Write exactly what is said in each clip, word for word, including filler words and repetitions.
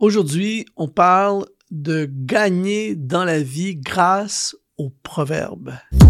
Aujourd'hui, on parle de gagner dans la vie grâce aux proverbes.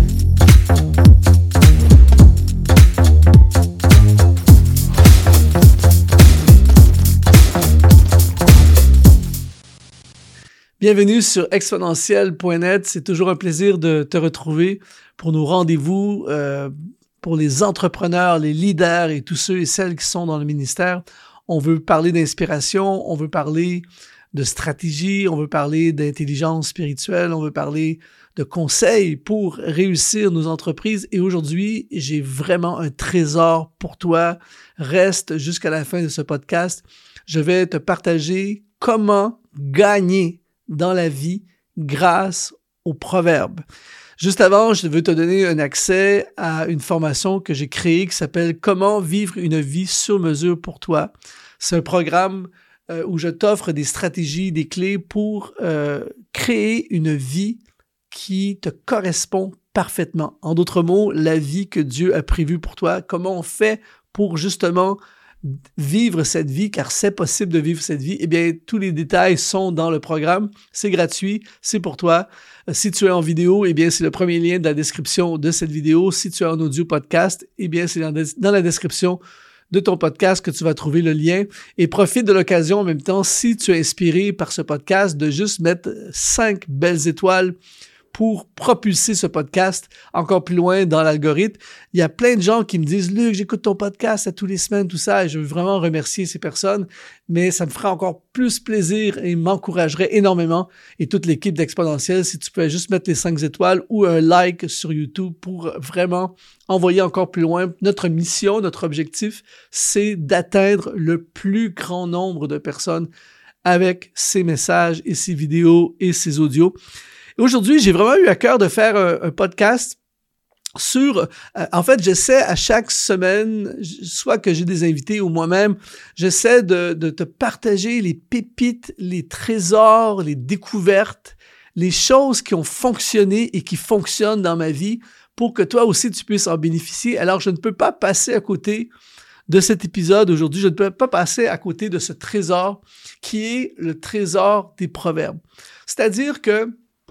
Bienvenue sur exponentiel point net. C'est toujours un plaisir de te retrouver pour nos rendez-vous euh, pour les entrepreneurs, les leaders et tous ceux et celles qui sont dans le ministère. On veut parler d'inspiration, on veut parler de stratégie, on veut parler d'intelligence spirituelle, on veut parler de conseils pour réussir nos entreprises. Et aujourd'hui, j'ai vraiment un trésor pour toi. Reste jusqu'à la fin de ce podcast. Je vais te partager comment gagner dans la vie grâce aux proverbes. Juste avant, je veux te donner un accès à une formation que j'ai créée qui s'appelle « Comment vivre une vie sur mesure pour toi ». C'est un programme euh, où je t'offre des stratégies, des clés pour euh, créer une vie qui te correspond parfaitement. En d'autres mots, la vie que Dieu a prévue pour toi. Comment on fait pour justement vivre cette vie, car c'est possible de vivre cette vie, eh bien, tous les détails sont dans le programme. C'est gratuit, c'est pour toi. Si tu es en vidéo, eh bien, c'est le premier lien de la description de cette vidéo. Si tu es en audio podcast, eh bien, c'est dans la description de ton podcast que tu vas trouver le lien. Et profite de l'occasion en même temps, si tu es inspiré par ce podcast, de juste mettre cinq belles étoiles pour propulser ce podcast encore plus loin dans l'algorithme. Il y a plein de gens qui me disent « Luc, j'écoute ton podcast à tous les semaines, tout ça. » Et je veux vraiment remercier ces personnes, mais ça me fera encore plus plaisir et m'encouragerait énormément, et toute l'équipe d'Exponentiel, si tu pouvais juste mettre les cinq étoiles ou un like sur YouTube pour vraiment envoyer encore plus loin. Notre mission, notre objectif, c'est d'atteindre le plus grand nombre de personnes avec ces messages et ces vidéos et ces audios. Aujourd'hui, j'ai vraiment eu à cœur de faire un, un podcast sur... Euh, en fait, j'essaie à chaque semaine, soit que j'ai des invités ou moi-même, j'essaie de, de te partager les pépites, les trésors, les découvertes, les choses qui ont fonctionné et qui fonctionnent dans ma vie pour que toi aussi tu puisses en bénéficier. Alors, je ne peux pas passer à côté de cet épisode aujourd'hui. Je ne peux pas passer à côté de ce trésor qui est le trésor des proverbes. C'est-à-dire que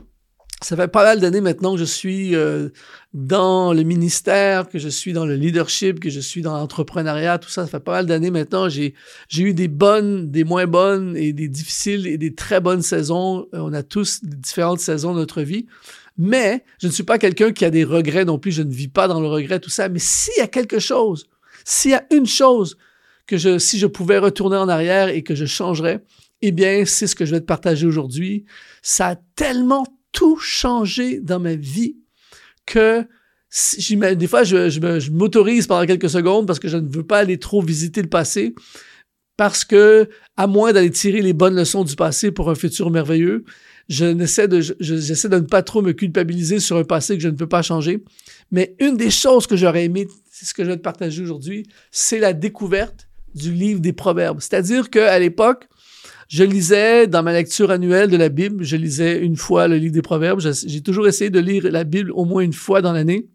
ça fait pas mal d'années maintenant que je suis euh, dans le ministère, que je suis dans le leadership, que je suis dans l'entrepreneuriat, tout ça. Ça fait pas mal d'années maintenant. J'ai, j'ai eu des bonnes, des moins bonnes et des difficiles et des très bonnes saisons. On a tous des différentes saisons de notre vie. Mais je ne suis pas quelqu'un qui a des regrets non plus. Je ne vis pas dans le regret, tout ça. Mais s'il y a quelque chose, s'il y a une chose que je, si je pouvais retourner en arrière et que je changerais, eh bien, c'est ce que je vais te partager aujourd'hui. Ça a tellement tout changé dans ma vie que si, des fois, je, je, je m'autorise pendant quelques secondes parce que je ne veux pas aller trop visiter le passé, parce que, à moins d'aller tirer les bonnes leçons du passé pour un futur merveilleux, je n'essaie de, je, j'essaie de ne pas trop me culpabiliser sur un passé que je ne peux pas changer. Mais une des choses que j'aurais aimé, c'est ce que je vais te partager aujourd'hui, c'est la découverte du livre des Proverbes. C'est-à-dire qu'à l'époque, je lisais dans ma lecture annuelle de la Bible, je lisais une fois le livre des Proverbes. J'ai toujours essayé de lire la Bible au moins une fois dans l'année.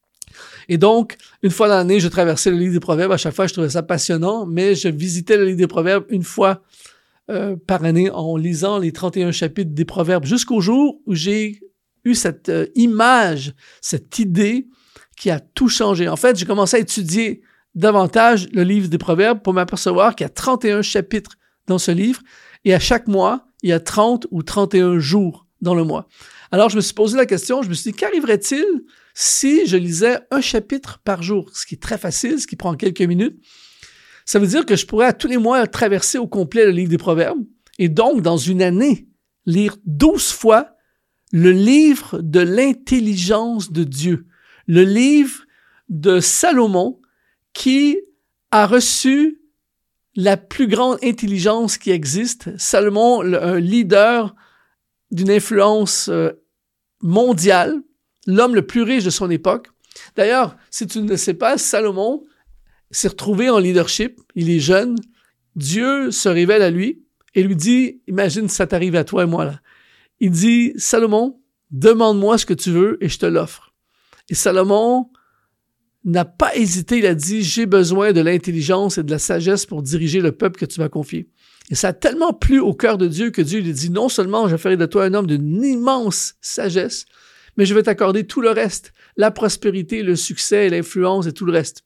Et donc, une fois dans l'année, je traversais le livre des Proverbes. À chaque fois, je trouvais ça passionnant, mais je visitais le livre des Proverbes une fois euh, par année en lisant les trente et un chapitres des Proverbes, jusqu'au jour où j'ai eu cette euh, image, cette idée qui a tout changé. En fait, j'ai commencé à étudier davantage le livre des Proverbes pour m'apercevoir qu'il y a trente et un chapitres dans ce livre, et à chaque mois, il y a trente ou trente et un jours dans le mois. Alors, je me suis posé la question, je me suis dit, qu'arriverait-il si je lisais un chapitre par jour? Ce qui est très facile, ce qui prend quelques minutes. Ça veut dire que je pourrais à tous les mois traverser au complet le livre des Proverbes, et donc, dans une année, lire douze fois le livre de l'intelligence de Dieu, le livre de Salomon, qui a reçu la plus grande intelligence qui existe. Salomon, un leader d'une influence euh, mondiale, l'homme le plus riche de son époque. D'ailleurs, si tu ne le sais pas, Salomon s'est retrouvé en leadership. Il est jeune. Dieu se révèle à lui et lui dit, imagine si ça t'arrive à toi et moi là. Il dit, Salomon, demande-moi ce que tu veux et je te l'offre. Et Salomon n'a pas hésité, il a dit, j'ai besoin de l'intelligence et de la sagesse pour diriger le peuple que tu m'as confié. Et ça a tellement plu au cœur de Dieu que Dieu lui dit, non seulement je ferai de toi un homme d'une immense sagesse, mais je vais t'accorder tout le reste, la prospérité, le succès, l'influence et tout le reste.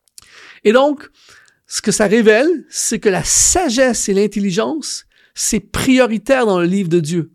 Et donc, ce que ça révèle, c'est que la sagesse et l'intelligence, c'est prioritaire dans le livre de Dieu.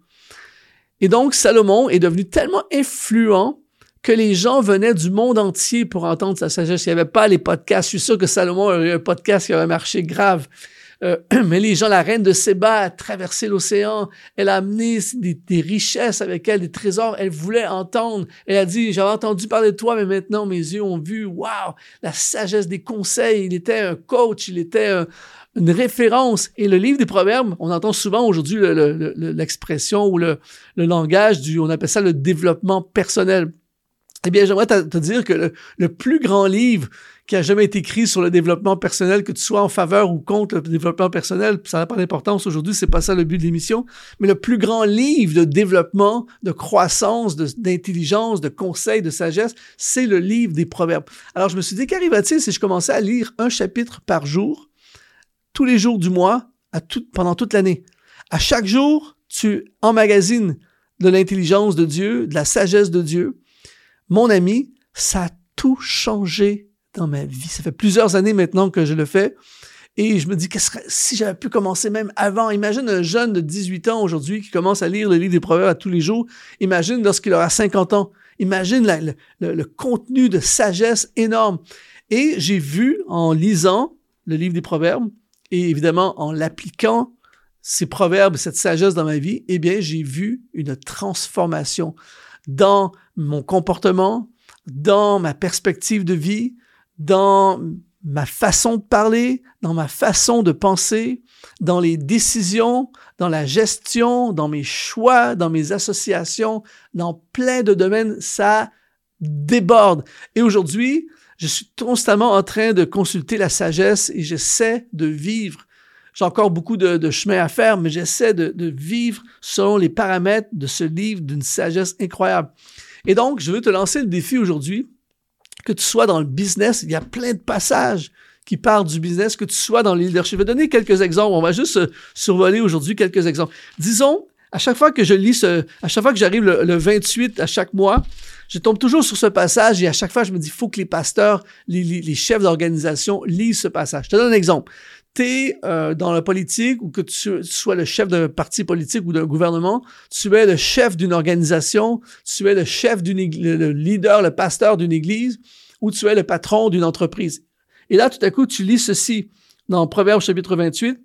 Et donc, Salomon est devenu tellement influent que les gens venaient du monde entier pour entendre sa sagesse. Il n'y avait pas les podcasts. Je suis sûr que Salomon aurait eu un podcast qui aurait marché grave. Euh, mais les gens, la reine de Séba a traversé l'océan. Elle a amené des, des richesses avec elle, des trésors. Elle voulait entendre. Elle a dit, j'avais entendu parler de toi, mais maintenant mes yeux ont vu, waouh, la sagesse des conseils. Il était un coach, il était un, une référence. Et le livre des Proverbes, on entend souvent aujourd'hui le, le, le, l'expression ou le, le langage du, on appelle ça le développement personnel. Eh bien, j'aimerais te, te dire que le, le plus grand livre qui a jamais été écrit sur le développement personnel, que tu sois en faveur ou contre le développement personnel, ça n'a pas d'importance aujourd'hui, c'est pas ça le but de l'émission, mais le plus grand livre de développement, de croissance, de, d'intelligence, de conseils, de sagesse, c'est le livre des Proverbes. Alors, je me suis dit, qu'arrive-t-il si je commençais à lire un chapitre par jour, tous les jours du mois, à tout, pendant toute l'année? À chaque jour, tu emmagasines de l'intelligence de Dieu, de la sagesse de Dieu. Mon ami, ça a tout changé dans ma vie. Ça fait plusieurs années maintenant que je le fais et je me dis, qu'est-ce que, si j'avais pu commencer même avant, imagine un jeune de dix-huit ans aujourd'hui qui commence à lire le livre des Proverbes à tous les jours, imagine lorsqu'il aura cinquante ans, imagine la, le, le, le contenu de sagesse énorme. Et j'ai vu en lisant le livre des Proverbes et évidemment en l'appliquant, ces proverbes, cette sagesse dans ma vie, eh bien, j'ai vu une transformation dans mon comportement, dans ma perspective de vie, dans ma façon de parler, dans ma façon de penser, dans les décisions, dans la gestion, dans mes choix, dans mes associations, dans plein de domaines, ça déborde. Et aujourd'hui, je suis constamment en train de consulter la sagesse et j'essaie de vivre. J'ai encore beaucoup de, de chemin à faire, mais j'essaie de, de vivre selon les paramètres de ce livre d'une sagesse incroyable. Et donc, je veux te lancer le défi aujourd'hui, que tu sois dans le business, il y a plein de passages qui parlent du business, que tu sois dans le leadership. Je vais donner quelques exemples. On va juste euh, survoler aujourd'hui quelques exemples. Disons, à chaque fois que je lis ce, à chaque fois que j'arrive le, le vingt-huit à chaque mois, je tombe toujours sur ce passage et à chaque fois, je me dis, il faut que les pasteurs, les, les, les chefs d'organisation lisent ce passage. Je te donne un exemple. Tu es euh, dans la politique ou que tu, tu sois le chef d'un parti politique ou d'un gouvernement, tu es le chef d'une organisation, tu es le chef d'une église, le leader, le pasteur d'une église ou tu es le patron d'une entreprise. Et là, tout à coup, tu lis ceci dans Proverbes chapitre vingt-huit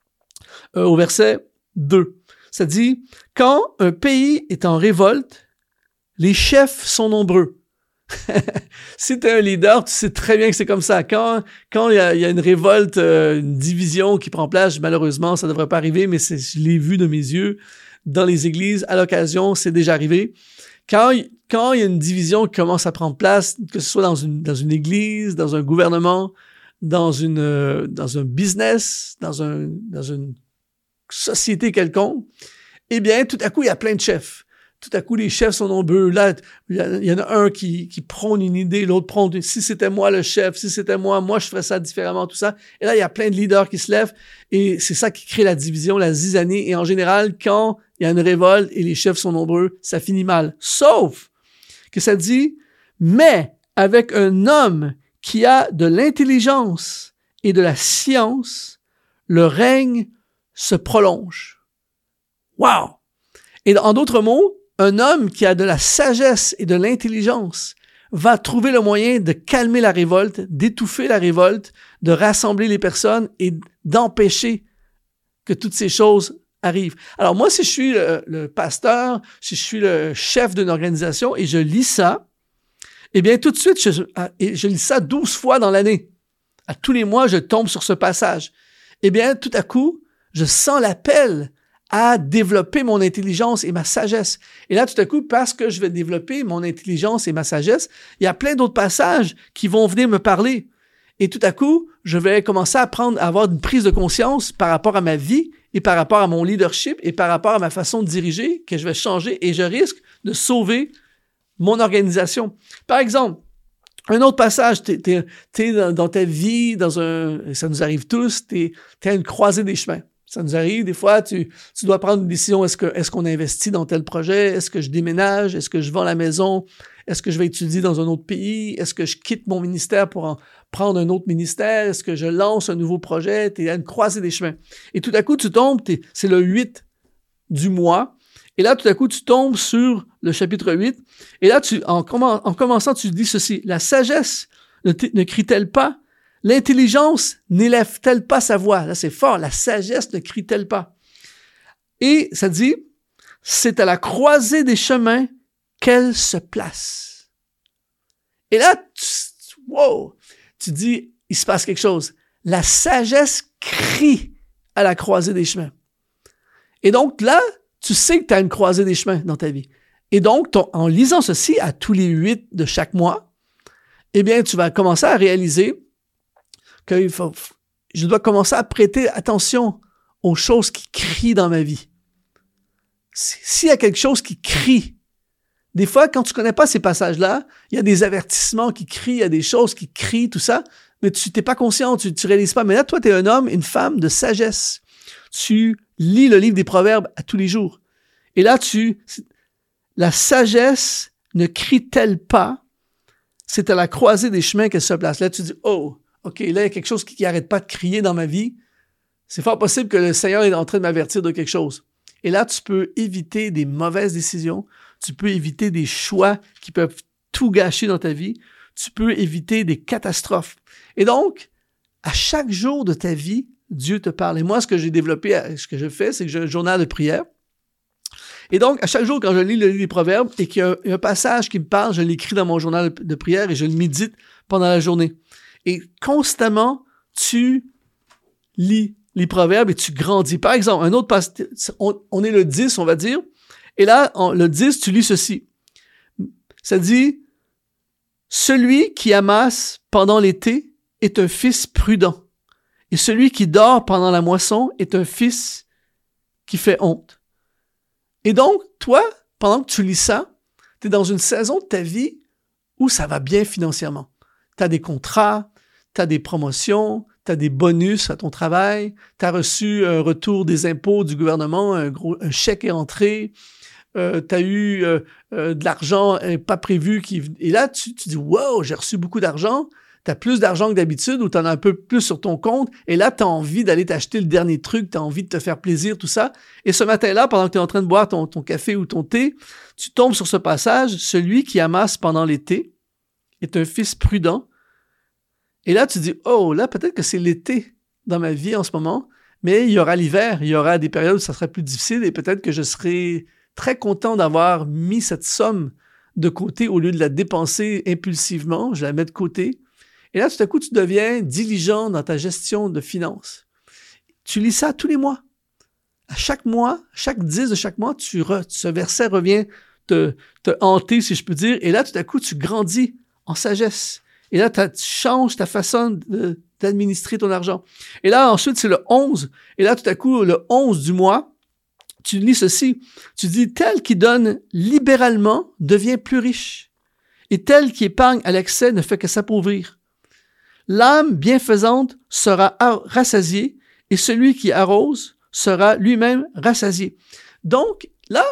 euh, au verset deux. Ça dit, « Quand un pays est en révolte, les chefs sont nombreux. » Si tu es un leader, tu sais très bien que c'est comme ça. Quand quand il y a, y a une révolte, euh, une division qui prend place, malheureusement, ça ne devrait pas arriver, mais c'est, je l'ai vu de mes yeux dans les églises, à l'occasion, c'est déjà arrivé. Quand quand il y a une division qui commence à prendre place, que ce soit dans une dans une église, dans un gouvernement, dans une euh, dans un business, dans un dans une société quelconque, eh bien, tout à coup, il y a plein de chefs. Tout à coup, les chefs sont nombreux. Là, il y en a un qui, qui prône une idée, l'autre prône, si c'était moi le chef, si c'était moi, moi, je ferais ça différemment, tout ça. Et là, il y a plein de leaders qui se lèvent et c'est ça qui crée la division, la zizanie. Et en général, quand il y a une révolte et les chefs sont nombreux, ça finit mal. Sauf que ça dit, mais avec un homme qui a de l'intelligence et de la science, le règne se prolonge. Wow! Et en d'autres mots, un homme qui a de la sagesse et de l'intelligence va trouver le moyen de calmer la révolte, d'étouffer la révolte, de rassembler les personnes et d'empêcher que toutes ces choses arrivent. Alors moi, si je suis le, le pasteur, si je suis le chef d'une organisation et je lis ça, eh bien tout de suite, je, je lis ça douze fois dans l'année. À tous les mois, je tombe sur ce passage. Eh bien, tout à coup, je sens l'appel à développer mon intelligence et ma sagesse. Et là, tout à coup, parce que je vais développer mon intelligence et ma sagesse, il y a plein d'autres passages qui vont venir me parler. Et tout à coup, je vais commencer à prendre, à avoir une prise de conscience par rapport à ma vie et par rapport à mon leadership et par rapport à ma façon de diriger que je vais changer et je risque de sauver mon organisation. Par exemple, un autre passage, t'es, t'es, t'es dans, dans ta vie, dans un, ça nous arrive tous, t'es, t'es à une croisée des chemins. Ça nous arrive, des fois, tu, tu dois prendre une décision. Est-ce que, est-ce qu'on investit dans tel projet? Est-ce que je déménage? Est-ce que je vends la maison? Est-ce que je vais étudier dans un autre pays? Est-ce que je quitte mon ministère pour en prendre un autre ministère? Est-ce que je lance un nouveau projet? Tu es à une croisée des chemins. Et tout à coup, tu tombes, t'es, c'est le huit du mois. Et là, tout à coup, tu tombes sur le chapitre huit. Et là, tu, en, commen- en commençant, tu dis ceci. La sagesse ne, t- ne crie-t-elle pas? L'intelligence n'élève-t-elle pas sa voix? Là, c'est fort. La sagesse ne crie-t-elle pas? Et ça dit, c'est à la croisée des chemins qu'elle se place. Et là, tu, wow, tu dis, il se passe quelque chose. La sagesse crie à la croisée des chemins. Et donc là, tu sais que tu as une croisée des chemins dans ta vie. Et donc, ton, en lisant ceci à tous les huit de chaque mois, eh bien, tu vas commencer à réaliser que faut, je dois commencer à prêter attention aux choses qui crient dans ma vie. S'il y a quelque chose qui crie, des fois, quand tu connais pas ces passages-là, il y a des avertissements qui crient, il y a des choses qui crient, tout ça, mais tu n'es pas conscient, tu ne réalises pas. Mais là, toi, tu es un homme, une femme de sagesse. Tu lis le livre des Proverbes à tous les jours. Et là, tu, la sagesse ne crie-t-elle pas? C'est à la croisée des chemins qu'elle se place. Là, tu dis, oh, OK, là, il y a quelque chose qui n'arrête pas de crier dans ma vie. C'est fort possible que le Seigneur est en train de m'avertir de quelque chose. Et là, tu peux éviter des mauvaises décisions. Tu peux éviter des choix qui peuvent tout gâcher dans ta vie. Tu peux éviter des catastrophes. Et donc, à chaque jour de ta vie, Dieu te parle. Et moi, ce que j'ai développé, ce que je fais, c'est que j'ai un journal de prière. Et donc, à chaque jour, quand je lis le livre des Proverbes et qu'il y a un, un passage qui me parle, je l'écris dans mon journal de prière et je le médite pendant la journée. Et constamment, tu lis les Proverbes et tu grandis. Par exemple, un autre passage, on, on est le dix, on va dire, et là, on, le dix, tu lis ceci. Ça dit, « Celui qui amasse pendant l'été est un fils prudent, et celui qui dort pendant la moisson est un fils qui fait honte. » Et donc, toi, pendant que tu lis ça, tu es dans une saison de ta vie où ça va bien financièrement. Tu as des contrats, tu as des promotions, tu as des bonus à ton travail, tu as reçu un retour des impôts du gouvernement, un, gros, un chèque est entré, euh, tu as eu euh, euh, de l'argent euh, pas prévu. Qui... Et là, tu, tu dis « Wow, j'ai reçu beaucoup d'argent ». Tu as plus d'argent que d'habitude ou tu en as un peu plus sur ton compte et là, tu as envie d'aller t'acheter le dernier truc, tu as envie de te faire plaisir, tout ça. Et ce matin-là, pendant que tu es en train de boire ton, ton café ou ton thé, tu tombes sur ce passage, « Celui qui amasse pendant l'été est un fils prudent. » Et là, tu dis, oh, là, peut-être que c'est l'été dans ma vie en ce moment, mais il y aura l'hiver, il y aura des périodes où ça sera plus difficile et peut-être que je serai très content d'avoir mis cette somme de côté au lieu de la dépenser impulsivement, je la mets de côté. Et là, tout à coup, tu deviens diligent dans ta gestion de finances. Tu lis ça tous les mois. À chaque mois, chaque dix de chaque mois, tu re, ce verset revient te, te hanter, si je peux dire. Et là, tout à coup, tu grandis en sagesse. Et là, tu changes ta façon de, d'administrer ton argent. Et là, ensuite, c'est le onze. Et là, tout à coup, le onze du mois, tu lis ceci. Tu dis, tel qui donne libéralement devient plus riche. Et tel qui épargne à l'excès ne fait que s'appauvrir. L'âme bienfaisante sera rassasiée et celui qui arrose sera lui-même rassasié. Donc, là,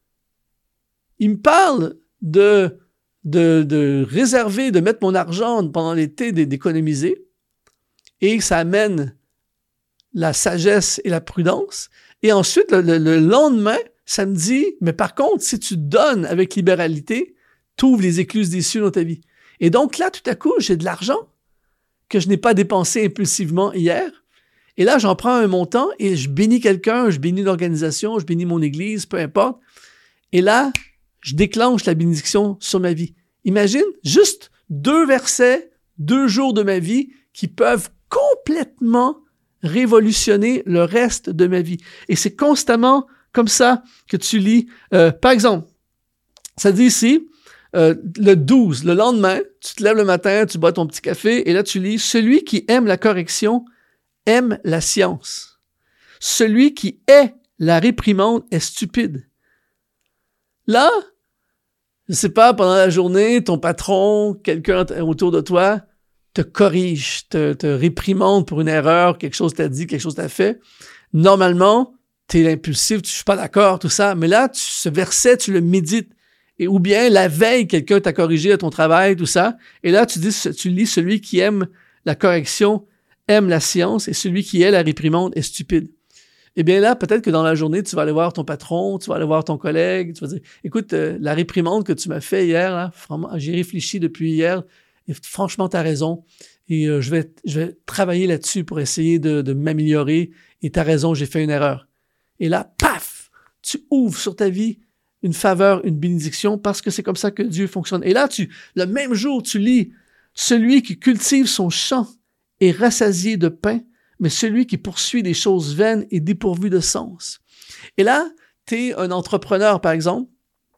il me parle de, de, de réserver, de mettre mon argent pendant l'été, d'économiser, et ça amène la sagesse et la prudence. Et ensuite, le, le, le lendemain, ça me dit, mais par contre, si tu donnes avec libéralité, tu ouvres les écluses des cieux dans ta vie. Et donc là, tout à coup, j'ai de l'argent que je n'ai pas dépensé impulsivement hier. Et là, j'en prends un montant et je bénis quelqu'un, je bénis l'organisation, je bénis mon église, peu importe. Et là, je déclenche la bénédiction sur ma vie. Imagine, juste deux versets, deux jours de ma vie qui peuvent complètement révolutionner le reste de ma vie. Et c'est constamment comme ça que tu lis. Euh, par exemple, ça dit ici, Euh, le douze, le lendemain, tu te lèves le matin, tu bois ton petit café, et là tu lis « Celui qui aime la correction aime la science. Celui qui hait la réprimande est stupide. » Là, je sais pas, pendant la journée, ton patron, quelqu'un autour de toi, te corrige, te, te réprimande pour une erreur, quelque chose t'a dit, quelque chose t'a fait. normalement, tu es impulsif, tu suis pas d'accord, tout ça, mais là, tu, ce verset, tu le médites. Et, ou bien, la veille, quelqu'un t'a corrigé à ton travail, tout ça, et là, tu dis, tu lis celui qui aime la correction, aime la science, et celui qui est la réprimande est stupide. Eh bien là, peut-être que dans la journée, tu vas aller voir ton patron, tu vas aller voir ton collègue, tu vas dire, écoute, euh, la réprimande que tu m'as fait hier, là, vraiment, j'ai réfléchi depuis hier, et franchement, tu as raison, et euh, je vais, je vais travailler là-dessus pour essayer de, de m'améliorer, et tu as raison, j'ai fait une erreur. Et là, paf, tu ouvres sur ta vie une faveur, une bénédiction, parce que c'est comme ça que Dieu fonctionne. Et là, tu, le même jour, tu lis, celui qui cultive son champ est rassasié de pain, mais celui qui poursuit des choses vaines est dépourvu de sens. Et là, tu es un entrepreneur, par exemple,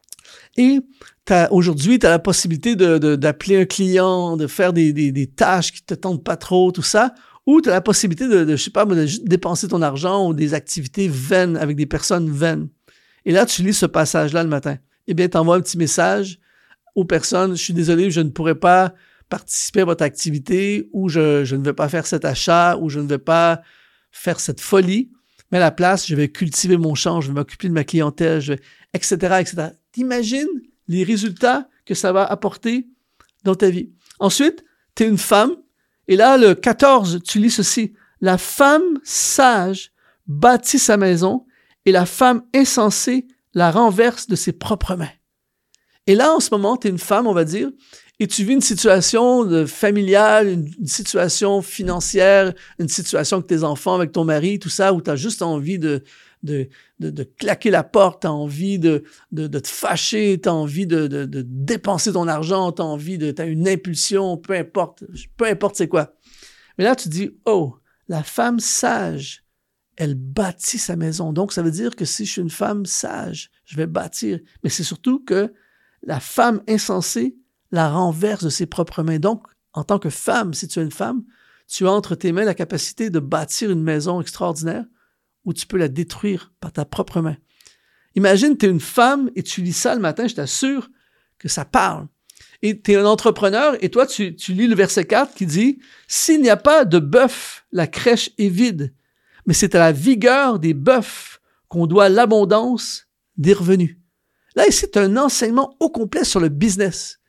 et t'as, aujourd'hui, tu as la possibilité de, de, d'appeler un client, de faire des, des, des tâches qui te tentent pas trop, tout ça, ou tu as la possibilité de, de, je sais pas, de juste dépenser ton argent ou des activités vaines avec des personnes vaines. Et là, tu lis ce passage-là le matin. Eh bien, tu envoies un petit message aux personnes, je suis désolé, je ne pourrais pas participer à votre activité, ou je, je ne vais pas faire cet achat, ou je ne vais pas faire cette folie, mais à la place, je vais cultiver mon champ, je vais m'occuper de ma clientèle, je vais, et cetera, et cetera. T'imagines les résultats que ça va apporter dans ta vie. Ensuite, tu es une femme, et là, le quatorze, tu lis ceci. La femme sage bâtit sa maison, et la femme insensée la renverse de ses propres mains. Et là, en ce moment, tu es une femme, on va dire, et tu vis une situation de familiale, une, une situation financière, une situation avec tes enfants, avec ton mari, tout ça, où tu as juste envie de, de, de, de claquer la porte, tu as envie de, de, de te fâcher, tu as envie de, de, de dépenser ton argent, tu as envie de, tu as une impulsion, peu importe, peu importe c'est quoi. Mais là, tu dis, oh, la femme sage, elle bâtit sa maison. Donc, ça veut dire que si je suis une femme sage, je vais bâtir. Mais c'est surtout que la femme insensée la renverse de ses propres mains. Donc, en tant que femme, si tu es une femme, tu as entre tes mains la capacité de bâtir une maison extraordinaire ou tu peux la détruire par ta propre main. Imagine, tu es une femme et tu lis ça le matin, je t'assure que ça parle. Et tu es un entrepreneur et toi, tu, tu lis le verset quatre qui dit « S'il n'y a pas de bœuf, la crèche est vide, mais c'est à la vigueur des bœufs qu'on doit l'abondance des revenus. » Là, ici, tu as un enseignement au complet sur le business.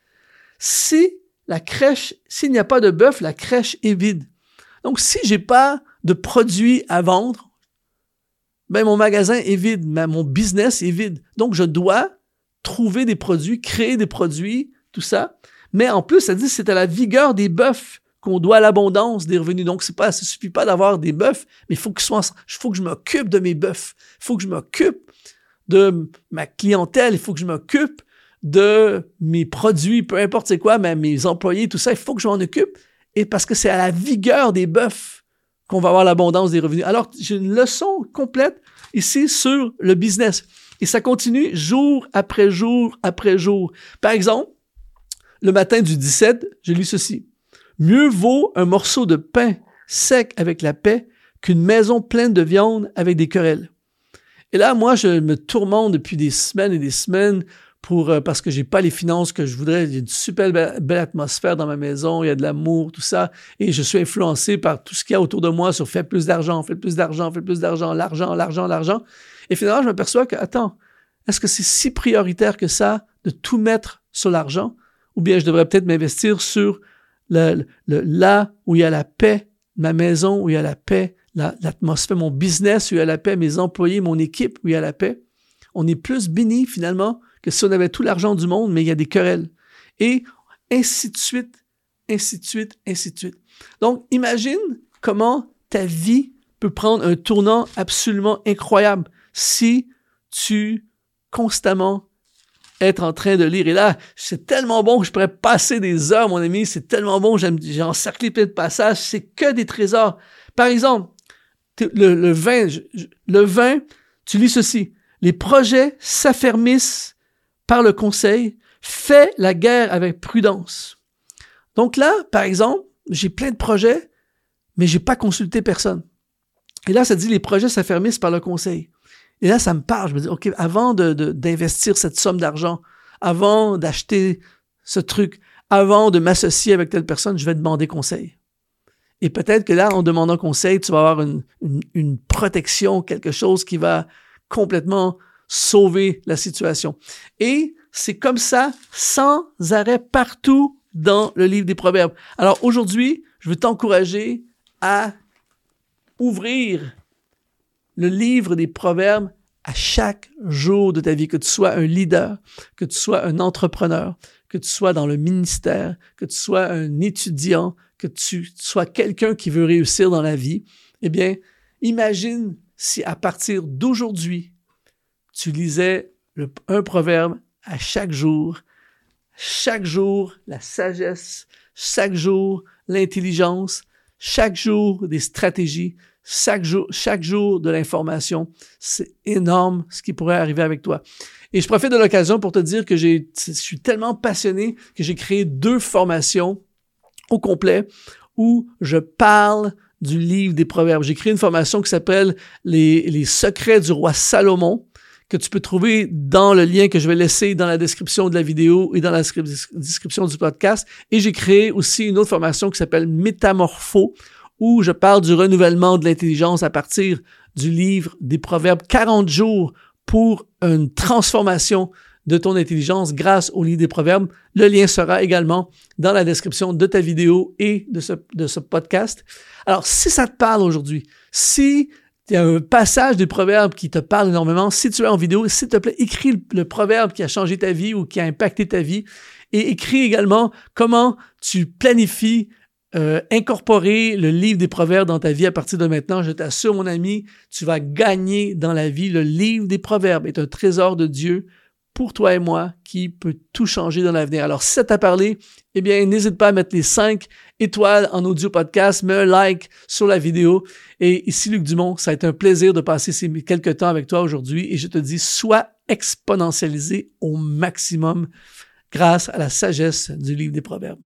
Si la crèche, s'il n'y a pas de bœuf, la crèche est vide. Donc, si j'ai pas de produits à vendre, ben mon magasin est vide, mon business est vide. Donc, je dois trouver des produits, créer des produits, tout ça. Mais en plus, ça dit c'est à la vigueur des bœufs qu'on doit l'abondance des revenus. Donc, c'est pas, ça suffit pas d'avoir des bœufs, mais il faut que, soit, faut que je m'occupe de mes bœufs. Il faut que je m'occupe de ma clientèle. Il faut que je m'occupe de mes produits, peu importe c'est quoi, mais mes employés, tout ça, il faut que je m'en occupe. Et parce que c'est à la vigueur des bœufs qu'on va avoir l'abondance des revenus. Alors, j'ai une leçon complète ici sur le business. Et ça continue jour après jour après jour. Par exemple, le matin du dix-sept, j'ai lu ceci. Mieux vaut un morceau de pain sec avec la paix qu'une maison pleine de viande avec des querelles. Et là, moi, je me tourmente depuis des semaines et des semaines pour euh, parce que j'ai pas les finances que je voudrais. Il y a une super belle, belle atmosphère dans ma maison, il y a de l'amour, tout ça, et je suis influencé par tout ce qu'il y a autour de moi sur fais plus d'argent, fais plus d'argent, fais plus d'argent, l'argent, l'argent, l'argent. Et finalement, je m'aperçois que, attends, est-ce que c'est si prioritaire que ça de tout mettre sur l'argent? Ou bien je devrais peut-être m'investir sur le, le, là où il y a la paix, ma maison où il y a la paix, la, l'atmosphère, mon business où il y a la paix, mes employés, mon équipe où il y a la paix. On est plus béni finalement que si on avait tout l'argent du monde, mais il y a des querelles. Et ainsi de suite, ainsi de suite, ainsi de suite. Donc, imagine comment ta vie peut prendre un tournant absolument incroyable si tu constamment être en train de lire. Et là, c'est tellement bon que je pourrais passer des heures, mon ami. C'est tellement bon. J'aime, j'ai encerclé plein de passages. C'est que des trésors. Par exemple, le, le vin, le vin, tu lis ceci. Les projets s'affermissent par le conseil. Fais la guerre avec prudence. Donc là, par exemple, j'ai plein de projets, mais j'ai pas consulté personne. Et là, ça dit les projets s'affermissent par le conseil. Et là, ça me parle. Je me dis, OK, avant de, de, d'investir cette somme d'argent, avant d'acheter ce truc, avant de m'associer avec telle personne, je vais demander conseil. Et peut-être que là, en demandant conseil, tu vas avoir une, une, une protection, quelque chose qui va complètement sauver la situation. Et c'est comme ça, sans arrêt, partout dans le livre des Proverbes. Alors aujourd'hui, je veux t'encourager à ouvrir le livre des Proverbes à chaque jour de ta vie, que tu sois un leader, que tu sois un entrepreneur, que tu sois dans le ministère, que tu sois un étudiant, que tu sois quelqu'un qui veut réussir dans la vie. Eh bien, imagine si à partir d'aujourd'hui, tu lisais le, un proverbe à chaque jour, chaque jour la sagesse, chaque jour l'intelligence, chaque jour des stratégies, chaque jour, chaque jour de l'information. C'est énorme ce qui pourrait arriver avec toi. Et je profite de l'occasion pour te dire que j'ai, je suis tellement passionné que j'ai créé deux formations au complet où je parle du livre des Proverbes. J'ai créé une formation qui s'appelle les, les secrets du roi Salomon, que tu peux trouver dans le lien que je vais laisser dans la description de la vidéo et dans la description du podcast. Et j'ai créé aussi une autre formation qui s'appelle Métamorpho, où je parle du renouvellement de l'intelligence à partir du livre des Proverbes, quarante jours pour une transformation de ton intelligence grâce au livre des Proverbes. Le lien sera également dans la description de ta vidéo et de ce, de ce podcast. Alors, si ça te parle aujourd'hui, si il y a un passage des Proverbes qui te parle énormément, si tu es en vidéo, s'il te plaît, écris le, le proverbe qui a changé ta vie ou qui a impacté ta vie et écris également comment tu planifies Euh, incorporer le livre des Proverbes dans ta vie à partir de maintenant. Je t'assure, mon ami, tu vas gagner dans la vie. Le livre des Proverbes est un trésor de Dieu pour toi et moi qui peut tout changer dans l'avenir. Alors, si ça t'a parlé, eh bien, n'hésite pas à mettre les cinq étoiles en audio podcast, mets un like sur la vidéo. Et ici, Luc Dumont, ça a été un plaisir de passer ces quelques temps avec toi aujourd'hui et je te dis, sois exponentialisé au maximum grâce à la sagesse du livre des Proverbes.